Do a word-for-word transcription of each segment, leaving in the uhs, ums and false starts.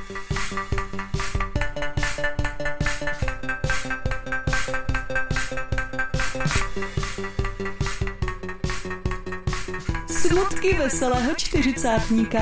Smutky veselého čtyřicátníka.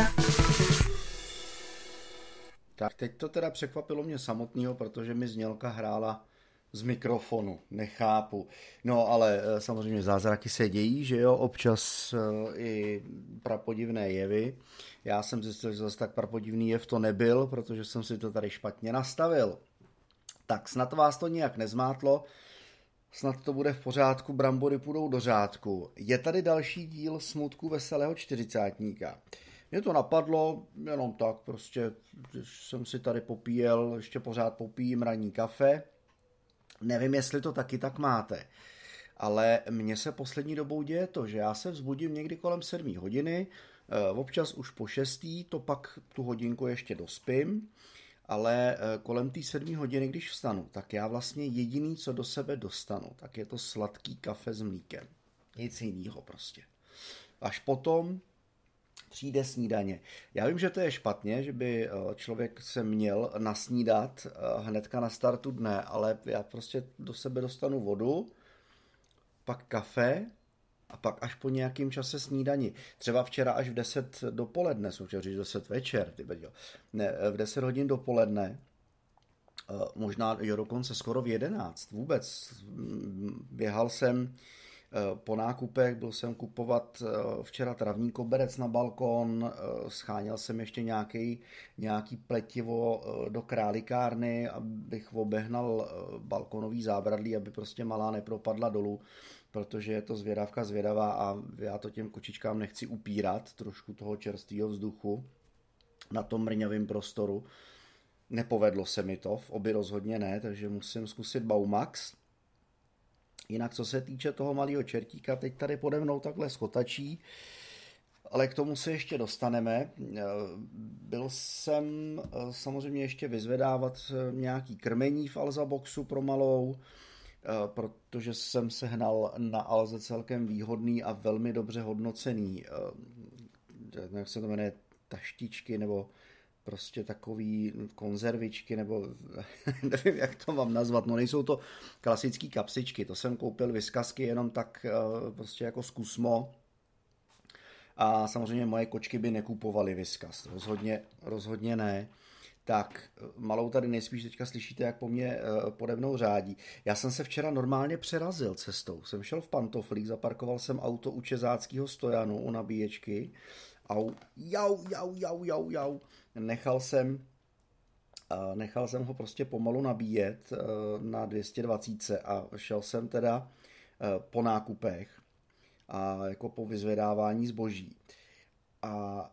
Tak teď to teda překvapilo mě samotného, protože mi znělka hrála z mikrofonu, nechápu. No ale samozřejmě zázraky se dějí, že jo, občas i prapodivné jevy. Já jsem zjistil, že zase tak prapodivný jev to nebyl, protože jsem si to tady špatně nastavil. Tak snad vás to nějak nezmátlo, snad to bude v pořádku, brambory půjdou do řádku. Je tady další díl Smutku veselého čtyřicátníka. Mě to napadlo jenom tak, prostě jsem si tady popíjel, ještě pořád popíjím ranní kafe. Nevím, jestli to taky tak máte, ale mně se poslední dobou děje to, že já se vzbudím někdy kolem sedmé hodiny, občas už po šestý, to pak tu hodinku ještě dospím, ale kolem té sedmé hodiny, když vstanu, tak já vlastně jediný, co do sebe dostanu, tak je to sladký kafe s mlíkem. Nic jinýho prostě. Až potom přijde snídaně. Já vím, že to je špatně, že by člověk se měl nasnídat hnedka na startu dne, ale já prostě do sebe dostanu vodu, pak kafe a pak až po nějakém čase snídani. Třeba včera až v deset dopoledne, jsem chtěl říct deset večer, ty beďo. Ne, v deset hodin dopoledne, možná jo, dokonce skoro v jedenáct. Vůbec běhal jsem po nákupech, byl jsem kupovat včera travní koberec na balkon, scháněl jsem ještě nějaký, nějaký pletivo do králikárny, abych obehnal balkonový zábradlí, aby prostě malá nepropadla dolů, protože je to zvědavka zvědavá a já to těm kočičkám nechci upírat, trošku toho čerstvého vzduchu na tom mrňavém prostoru. Nepovedlo se mi to, v obě rozhodně ne, takže musím zkusit Baumax. Jinak, co se týče toho malého čertíka, teď tady pode mnou takhle skotačí, ale k tomu se ještě dostaneme. Byl jsem samozřejmě ještě vyzvedávat nějaký krmení v Alza Boxu pro malou, protože jsem sehnal na Alze celkem výhodný a velmi dobře hodnocený, jak se to jmenuje, taštičky nebo prostě takový konzervičky, nebo nevím, jak to mám nazvat, no nejsou to klasický kapsičky, to jsem koupil Whiskas jenom tak prostě jako zkusmo a samozřejmě moje kočky by nekupovaly Whiskas, rozhodně, rozhodně ne. Tak, malou tady nejspíš teďka slyšíte, jak po mně pode mnou řádí. Já jsem se včera normálně přerazil cestou, jsem šel v pantoflích, zaparkoval jsem auto u Čezáckého stojanu, u nabíječky, au, jau, jau, jau, jau, jau. Nechal jsem, nechal jsem ho prostě pomalu nabíjet na dvě stě dvacet a šel jsem teda po nákupech a jako po vyzvedávání zboží. A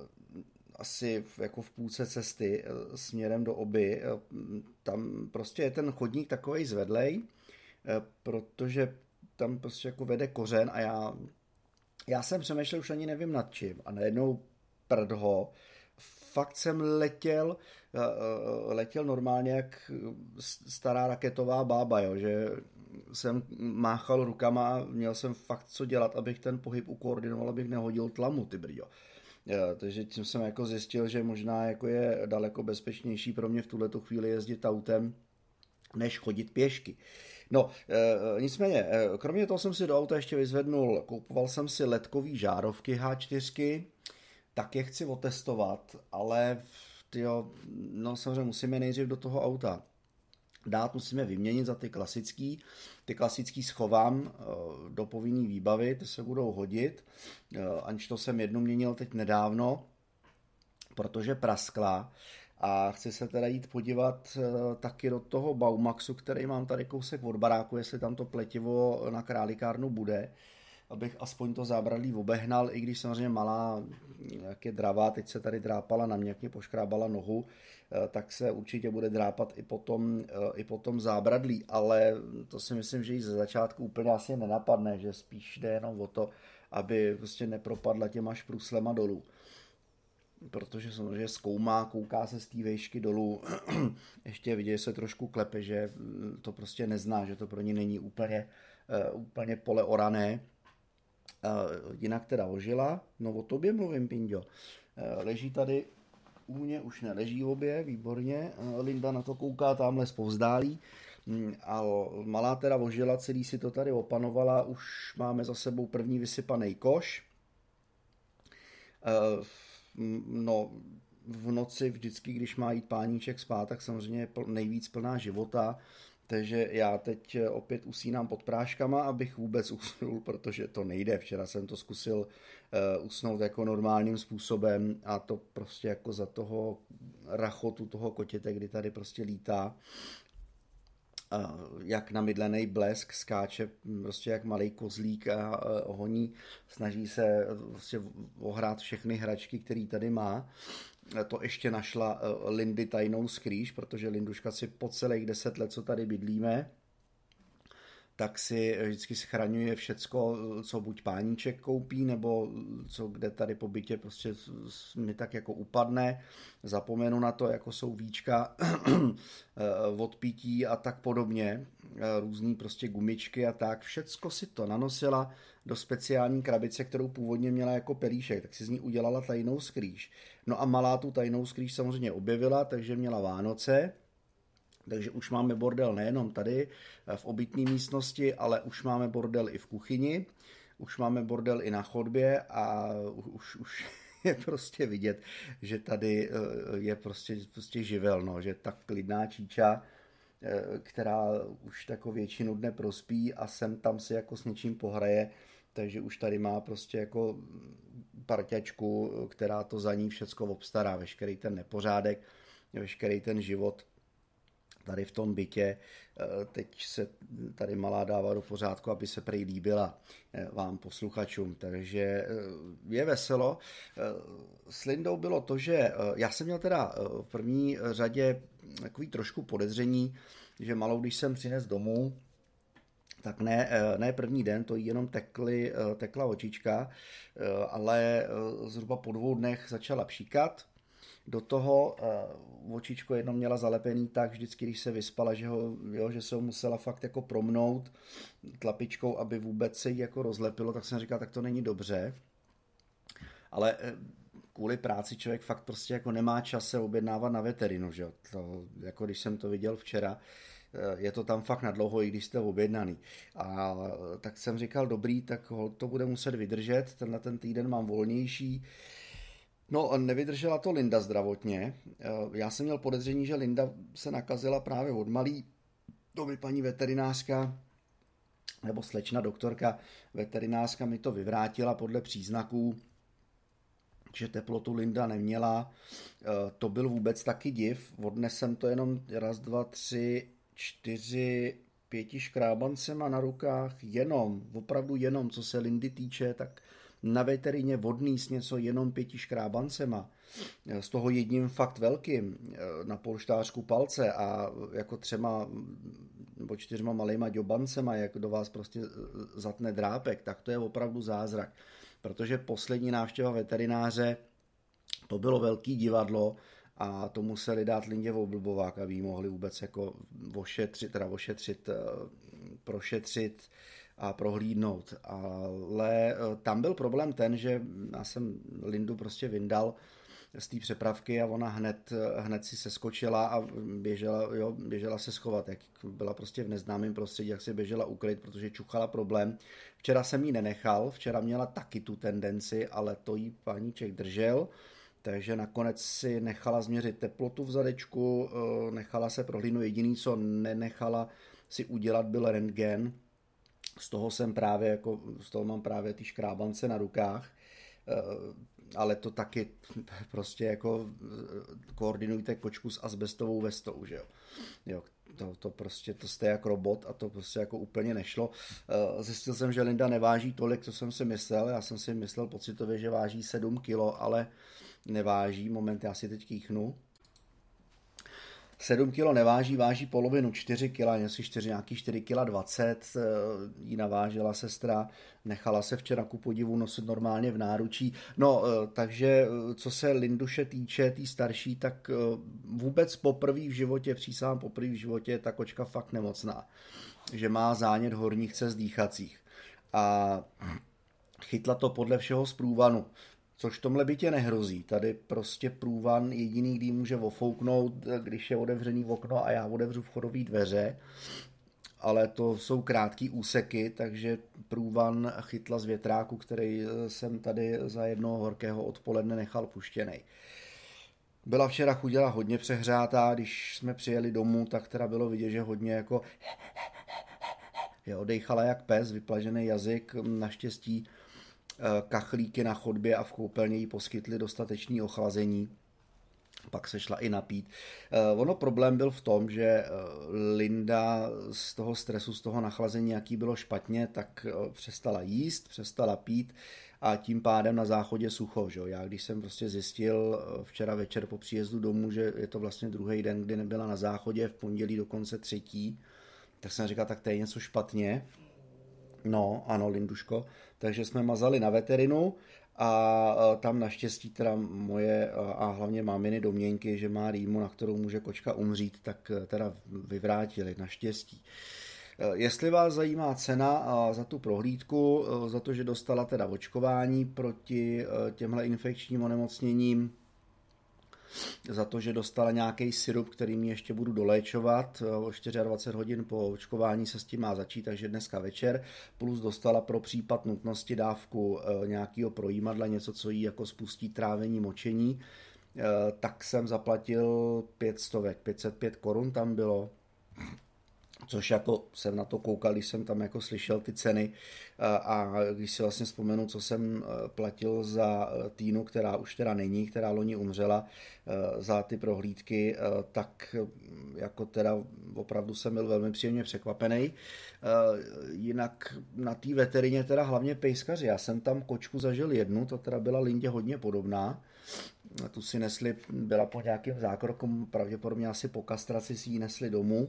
asi jako v půlce cesty směrem do Oby, tam prostě je ten chodník takovej zvedlej, protože tam prostě jako vede kořen a já, já jsem přemýšlel už ani nevím nad čím a najednou prdho, fakt jsem letěl, letěl normálně jak stará raketová bába, jo, že jsem máchal rukama, měl jsem fakt co dělat, abych ten pohyb ukoordinoval, abych nehodil tlamu, ty brďo. Takže tím jsem jako zjistil, že možná jako je daleko bezpečnější pro mě v tuhletu chvíli jezdit autem, než chodit pěšky. No, e, nicméně, e, kromě toho jsem si do auta ještě vyzvednul, koupoval jsem si ledkový žárovky há čtyři, tak je chci otestovat, ale tyjo, no samozřejmě musíme nejdřív do toho auta dát, musíme vyměnit za ty klasický. Ty klasický schovám do povinné výbavy, ty se budou hodit. Aniž to jsem jednu měnil teď nedávno, protože praskla. A chci se teda jít podívat taky do toho Baumaxu, který mám tady kousek od baráku, jestli tam to pletivo na králikárnu bude, abych aspoň to zábradlí obehnal, i když samozřejmě malá, jak je dravá, teď se tady drápala na mě, jak mě poškrábala nohu, tak se určitě bude drápat i potom, i potom zábradlí, ale to si myslím, že jí ze začátku úplně asi nenapadne, že spíš jde jenom o to, aby prostě nepropadla těma špruslema dolů. Protože samozřejmě zkoumá, kouká se z té vejšky dolů, ještě vidět, že se trošku klepe, že to prostě nezná, že to pro ní není úplně, úplně pole orané. Jinak teda ožila, no o tobě mluvím, Pinďo, leží tady Úně už neleží obě, výborně. Linda na to kouká tamhle zpovzdálí. A malá teda ožila, celý si to tady opanovala. Už máme za sebou první vysypaný koš. No, v noci vždycky, když má jít páníček spát, tak samozřejmě je nejvíc plná života. Takže já teď opět usínám pod práškama, abych vůbec usnul, protože to nejde. Včera jsem to zkusil uh, usnout jako normálním způsobem a to prostě jako za toho rachotu toho kotěte, kdy tady prostě lítá. Uh, jak namydlený blesk, skáče prostě jak malej kozlík a uh, honí, snaží se prostě ohrát všechny hračky, které tady má. To ještě našla Lindy tajnou skrýš, protože Linduška si po celých deset let, co tady bydlíme, tak si vždycky schraňuje všecko, co buď páníček koupí, nebo co kde tady po bytě prostě mi tak jako upadne. Zapomenu na to, jako jsou víčka od pití a tak podobně. Různý prostě gumičky a tak. Všecko si to nanosila do speciální krabice, kterou původně měla jako pelíšek, tak si z ní udělala tajnou skrýš. No a malá tu tajnou skrýš samozřejmě objevila, takže měla Vánoce. Takže už máme bordel nejenom tady v obytné místnosti, ale už máme bordel i v kuchyni, už máme bordel i na chodbě a už, už je prostě vidět, že tady je prostě, prostě živel, no, že ta klidná číča, která už takovou většinu dne prospí a sem tam si jako s něčím pohraje, takže už tady má prostě jako parťačku, která to za ní všecko obstará, veškerý ten nepořádek, veškerý ten život tady v tom bytě. Teď se tady malá dává do pořádku, aby se prej líbila vám posluchačům, takže je veselo. S Lindou bylo to, že já jsem měl teda v první řadě takový trošku podezření, že malou, když jsem přines domů, tak ne, ne první den, to jí jenom tekly, tekla očička, ale zhruba po dvou dnech začala pšíkat. Do toho uh, očičko jedno měla zalepený tak vždycky, když se vyspala, že, ho, jo, že se ho musela fakt jako promnout tlapičkou, aby vůbec se jí jako rozlepilo, tak jsem říkal, tak to není dobře. Ale uh, kvůli práci člověk fakt prostě jako nemá čas se objednávat na veterinu, že jo. To, jako když jsem to viděl včera, uh, je to tam fakt na dlouho, i když jste objednaný. A uh, tak jsem říkal, dobrý, tak to bude muset vydržet, tenhle ten týden mám volnější. No, nevydržela to Linda zdravotně. Já jsem měl podezření, že Linda se nakazila právě od malý. To mi paní veterinářka, nebo slečna doktorka veterinářka mi to vyvrátila podle příznaků, že teplotu Linda neměla. To byl vůbec taky div. Odnes jsem to jenom raz, dva, tři, čtyři, pěti škrábancema na rukách. Jenom, opravdu jenom, co se Lindy týče, tak na veterině odníst něco jenom pěti škrábancema, z toho jedním fakt velkým, na polštářku palce a jako třema nebo čtyřma malejma ďobancema, jak do vás prostě zatne drápek, tak to je opravdu zázrak. Protože poslední návštěva veterináře, to bylo velký divadlo a to museli dát Lindě oblbovák, aby ji mohli vůbec jako ošetřit, teda ošetřit, prošetřit a prohlídnout, ale tam byl problém ten, že já jsem Lindu prostě vyndal z té přepravky a ona hned, hned si seskočila a běžela, jo, běžela se schovat, jak byla prostě v neznámém prostředí, jak se běžela ukryt, protože čuchala problém. Včera jsem ji nenechal, včera měla taky tu tendenci, ale to jí páníček držel, takže nakonec si nechala změřit teplotu v zadečku, nechala se prohlídnout, jediný, co nenechala si udělat, byl rentgen. Z toho jsem právě, jako, z toho mám právě ty škrábance na rukách, ale to taky prostě jako koordinujte kočku s asbestovou vestou, že jo. Jo, to, to prostě, to jste jak robot a to prostě jako úplně nešlo. Zjistil jsem, že Linda neváží tolik, co jsem si myslel, já jsem si myslel pocitově, že váží sedm kilo, ale neváží, moment, já si teď kýchnu. sedm kilo neváží, váží polovinu, čtyři kila, něco čtyři, nějaký čtyři kila dvacet, jí navážela sestra, nechala se včera ku podivu nosit normálně v náručí. No, takže co se Linduše týče, tý starší, tak vůbec poprvé v životě, přísahám poprvé v životě, je ta kočka fakt nemocná. Že má zánět horních cest dýchacích. A chytla to podle všeho z průvanu. Což v tomhle bytě nehrozí. Tady prostě průvan jediný, kdy může ofouknout, když je otevřený okno a já otevřu vchodové dveře, ale to jsou krátký úseky, takže průvan chytla z větráku, který jsem tady za jednoho horkého odpoledne nechal puštěnej. Byla včera chudila hodně přehřátá, když jsme přijeli domů, tak teda bylo vidět, že hodně jako je odejchala jak pes, vyplažený jazyk, naštěstí kachlíky na chodbě a v koupelně jí poskytly dostatečné ochlazení. Pak se šla i napít. Ono problém byl v tom, že Linda z toho stresu, z toho nachlazení, jaký bylo špatně, tak přestala jíst, přestala pít a tím pádem na záchodě sucho. Že? Já když jsem prostě zjistil včera večer po příjezdu domů, že je to vlastně druhý den, kdy nebyla na záchodě, v pondělí dokonce třetí, tak jsem říkal, tak to je něco špatně. No, ano, Linduško. Takže jsme mazali na veterinu a tam naštěstí teda moje a hlavně máminy domněnky, že má rýmu, na kterou může kočka umřít, tak teda vyvrátili, naštěstí. Jestli vás zajímá cena za tu prohlídku, za to, že dostala teda očkování proti těmhle infekčním onemocněním, za to, že dostala nějaký sirup, který mi ještě budu doléčovat, o dvacet čtyři hodin po očkování se s tím má začít, takže dneska večer, plus dostala pro případ nutnosti dávku nějakého projímadla, něco, co jí jako spustí trávení, močení, tak jsem zaplatil pět stovek, pět set pět korun tam bylo, což jako jsem na to koukal, když jsem tam jako slyšel ty ceny a když si vlastně vzpomenu, co jsem platil za Týnu, která už teda není, která loni umřela, za ty prohlídky, tak jako teda opravdu jsem byl velmi příjemně překvapený. Jinak na té veterině teda hlavně pejskaři. Já jsem tam kočku zažil jednu, to teda byla Lindě hodně podobná. Tu si nesli, byla po nějakým zákroku, pravděpodobně asi po kastraci si ji nesli domů.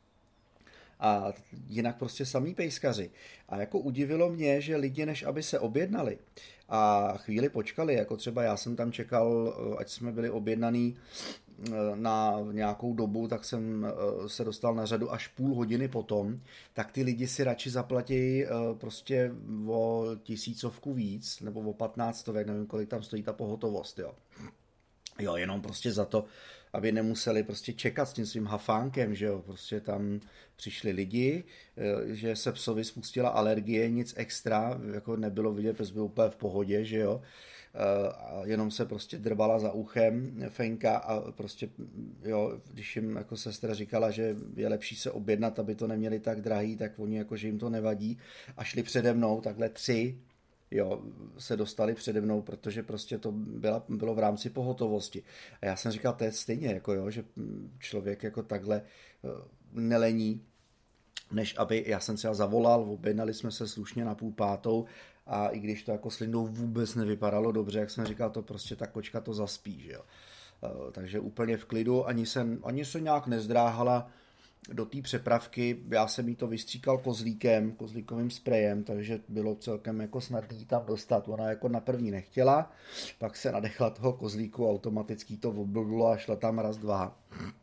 A jinak prostě samý pejskaři. A jako udivilo mě, že lidi, než aby se objednali a chvíli počkali, jako třeba já jsem tam čekal, ať jsme byli objednaný na nějakou dobu, tak jsem se dostal na řadu až půl hodiny potom, tak ty lidi si radši zaplatí prostě o tisícovku víc, nebo o patnáctovek, nevím, kolik tam stojí ta pohotovost, jo. Jo, jenom prostě za to, aby nemuseli prostě čekat s tím svým hafánkem, že jo, prostě tam přišli lidi, že se psovi spustila alergie, nic extra, jako nebylo vidět, protože byl úplně v pohodě, že jo, a jenom se prostě drbala za uchem Fenka a prostě, jo, když jim jako sestra říkala, že je lepší se objednat, aby to neměli tak drahý, tak oni jako, že jim to nevadí a šli přede mnou, takhle tři, jo, se dostali přede mnou, protože prostě to byla, bylo v rámci pohotovosti. A já jsem říkal, to je stejně, jako jo, že člověk jako takhle nelení, než aby, já jsem třeba zavolal, objednali jsme se slušně na půl pátou a i když to jako s Lindou vůbec nevypadalo dobře, jak jsem říkal, to prostě ta kočka to zaspí, že jo. Takže úplně v klidu, ani se, ani se nějak nezdráhala do té přepravky, já jsem jí to vystříkal kozlíkem, kozlíkovým sprejem, takže bylo celkem jako snadný tam dostat. Ona jako na první nechtěla, pak se nadechla toho kozlíku, automaticky to oblblo a šla tam raz, dva.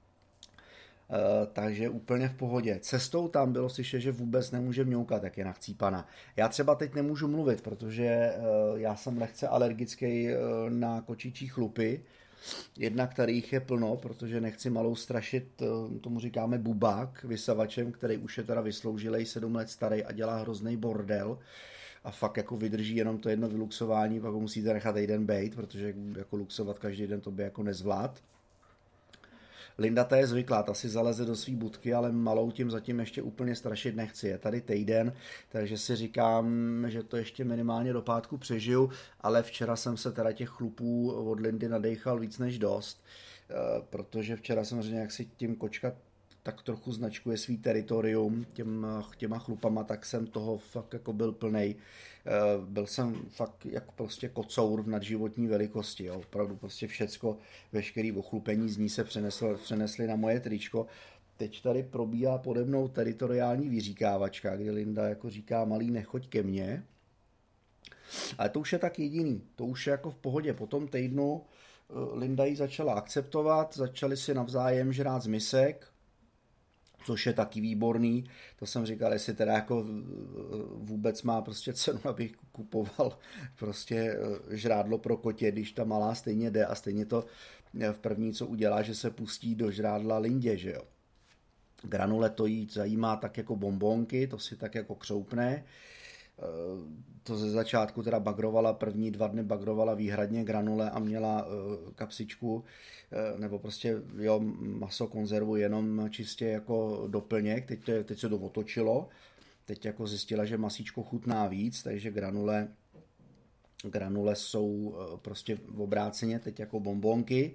Uh, takže úplně v pohodě. Cestou tam bylo slyšet, že vůbec nemůže mňoukat, jak je nachcípaná. Já třeba teď nemůžu mluvit, protože uh, já jsem lehce alergický uh, na kočičí chlupy. Jedna, kterých je plno, protože nechci malou strašit, tomu říkáme bubák, vysavačem, který už je teda vysloužilej, sedm let starý a dělá hrozný bordel a fakt jako vydrží jenom to jedno vyluxování, pak ho musíte nechat jeden bejt, protože jako luxovat každý den to by jako nezvlád. Linda ta je zvyklá, ta si zaleze do svý budky, ale malou tím zatím ještě úplně strašit nechci. Je tady týden, takže si říkám, že to ještě minimálně do pátku přežiju, ale včera jsem se teda těch chlupů od Lindy nadejchal víc než dost, protože včera samozřejmě, jak si tím kočka tak trochu značkuje svý teritorium těma, těma chlupama, tak jsem toho fakt jako byl plnej. Byl jsem fakt jak prostě kocour v nadživotní velikosti, jo. Opravdu prostě všecko, veškerý ochlupení z ní se přeneslo, přenesly na moje tričko. Teď tady probíhá pode mnou teritoriální vyříkávačka, kdy Linda jako říká, malý, nechoď ke mně. Ale to už je tak jediný, to už je jako v pohodě. Po tom týdnu Linda ji začala akceptovat, začali si navzájem žrát z misek, což je taky výborný. To jsem říkal, jestli teda jako vůbec má prostě cenu, abych kupoval prostě žrádlo pro kotě, když ta malá stejně jde a stejně to v první, co udělá, že se pustí do žrádla Lindě, že jo. Granule to jí zajímá tak jako bombonky, to si tak jako křoupne. To ze začátku teda bagrovala, první dva dny bagrovala výhradně granule a měla kapsičku, nebo prostě jo, maso konzervu jenom čistě jako doplněk, teď, teď se to otočilo, teď jako zjistila, že masíčko chutná víc, takže granule, granule jsou prostě v obráceně teď jako bombonky.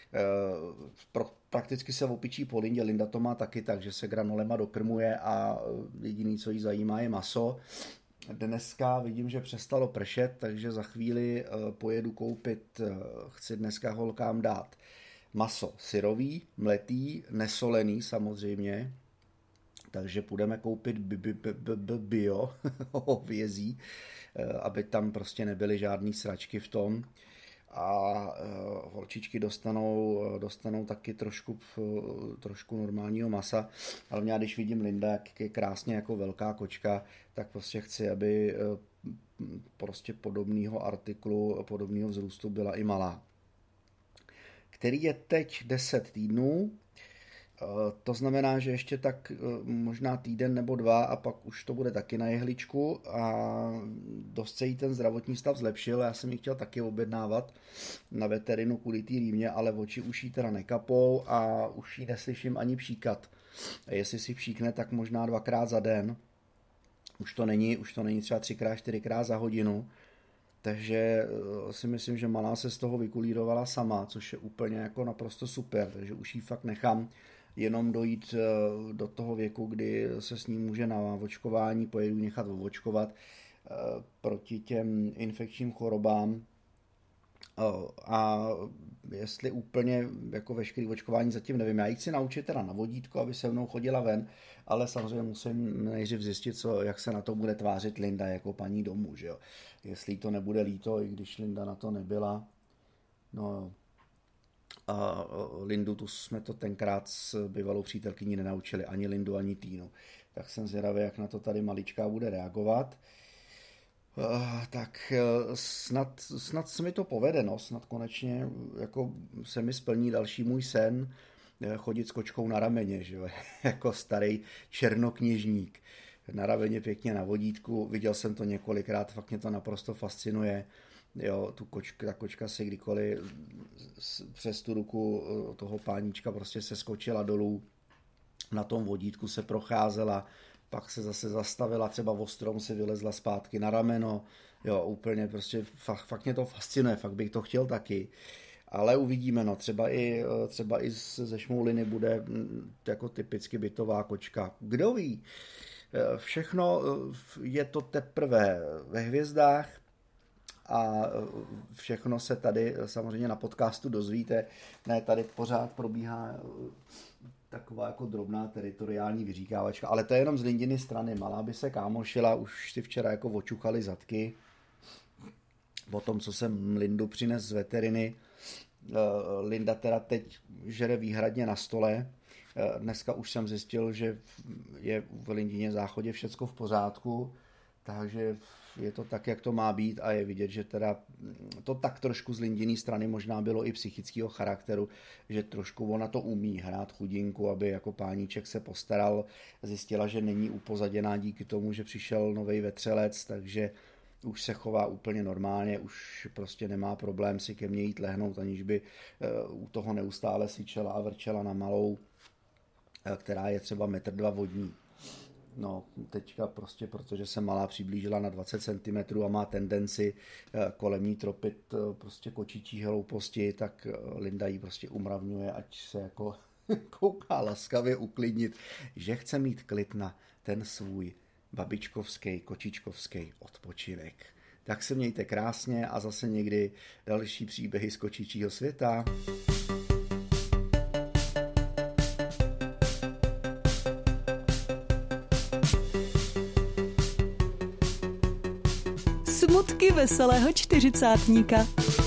Pro, prakticky se opičí po Lindě, Linda to má taky tak, že se granulema dokrmuje a jediný, co jí zajímá, je maso. Dneska vidím, že přestalo pršet, takže za chvíli pojedu koupit, chci dneska holkám dát maso syrový, mletý, nesolený samozřejmě, takže půjdeme koupit bio hovězí, aby tam prostě nebyly žádný sračky v tom. A holčičky dostanou, dostanou taky trošku, trošku normálního masa, ale mě, když vidím Linda, jak je krásně jako velká kočka, tak prostě chci, aby prostě podobného artiklu, podobného vzrůstu byla i malá. Který je teď deset týdnů, to znamená, že ještě tak možná týden nebo dva a pak už to bude taky na jehličku a dost se jí ten zdravotní stav zlepšil. Já jsem ji chtěl taky objednávat na veterinu kvůli té rýmě, ale oči už jí teda nekapou a už jí neslyším ani pšíkat. A jestli si pšíkne, tak možná dvakrát za den. Už to není, už to není třeba třikrát, čtyřikrát za hodinu. Takže si myslím, že malá se z toho vykulírovala sama, což je úplně jako naprosto super, takže už jí fakt nechám jenom dojít do toho věku, kdy se s ní může na očkování, pojedu nechat očkovat proti těm infekčním chorobám. A jestli úplně jako veškerý očkování zatím nevím. Já ji chci naučit teda na vodítko, aby se mnou chodila ven, ale samozřejmě musím nejdřív zjistit, co, jak se na to bude tvářit Linda jako paní domů, že jo. Jestli to nebude líto, i když Linda na to nebyla. No a Lindu, tu jsme to tenkrát s bývalou přítelkyní nenaučili, ani Lindu, ani Týnu. Tak jsem zvědavý, jak na to tady maličká bude reagovat. Uh, tak uh, snad, snad se mi to povede, no, snad konečně jako se mi splní další můj sen, chodit s kočkou na rameně, že jo, jako starý černokněžník. Na rameně pěkně na vodítku, viděl jsem to několikrát, fakt mě to naprosto fascinuje. Jo, tu kočka, ta kočka si kdykoliv přes tu ruku toho páníčka prostě se skočila dolů, na tom vodítku se procházela, pak se zase zastavila, třeba o strom si vylezla zpátky na rameno, jo, úplně prostě fakt, fakt mě to fascinuje, fakt bych to chtěl taky, ale uvidíme, no, třeba i, třeba i ze Šmouliny bude jako typicky bytová kočka, kdo ví, všechno je to teprve ve hvězdách a všechno se tady samozřejmě na podcastu dozvíte, ne, tady pořád probíhá taková jako drobná teritoriální vyříkávačka, ale to je jenom z Lindiny strany. Malá by se kámošila, už si včera jako očuchali zadky o tom, co jsem Lindu přines z veteriny. Linda teda teď žere výhradně na stole. Dneska už jsem zjistil, že je v Lindině záchodě všecko v pořádku, takže je to tak, jak to má být a je vidět, že teda to tak trošku z Lindiny strany možná bylo i psychického charakteru, že trošku ona to umí hrát chudinku, aby jako páníček se postaral, zjistila, že není upozaděná díky tomu, že přišel novej vetřelec, takže už se chová úplně normálně, už prostě nemá problém si ke mně jít lehnout, aniž by u toho neustále syčela a vrčela na malou, která je třeba metr dva vodní. No, teďka prostě, protože se malá přiblížila na dvacet centimetrů a má tendenci kolem ní tropit prostě kočičí hlouposti, tak Linda jí prostě umravňuje, ať se jako kouká laskavě uklidnit, že chce mít klid na ten svůj babičkovský, kočičkovský odpočinek. Tak se mějte krásně a zase někdy další příběhy z kočičího světa. Smutky veselého čtyřicátníka.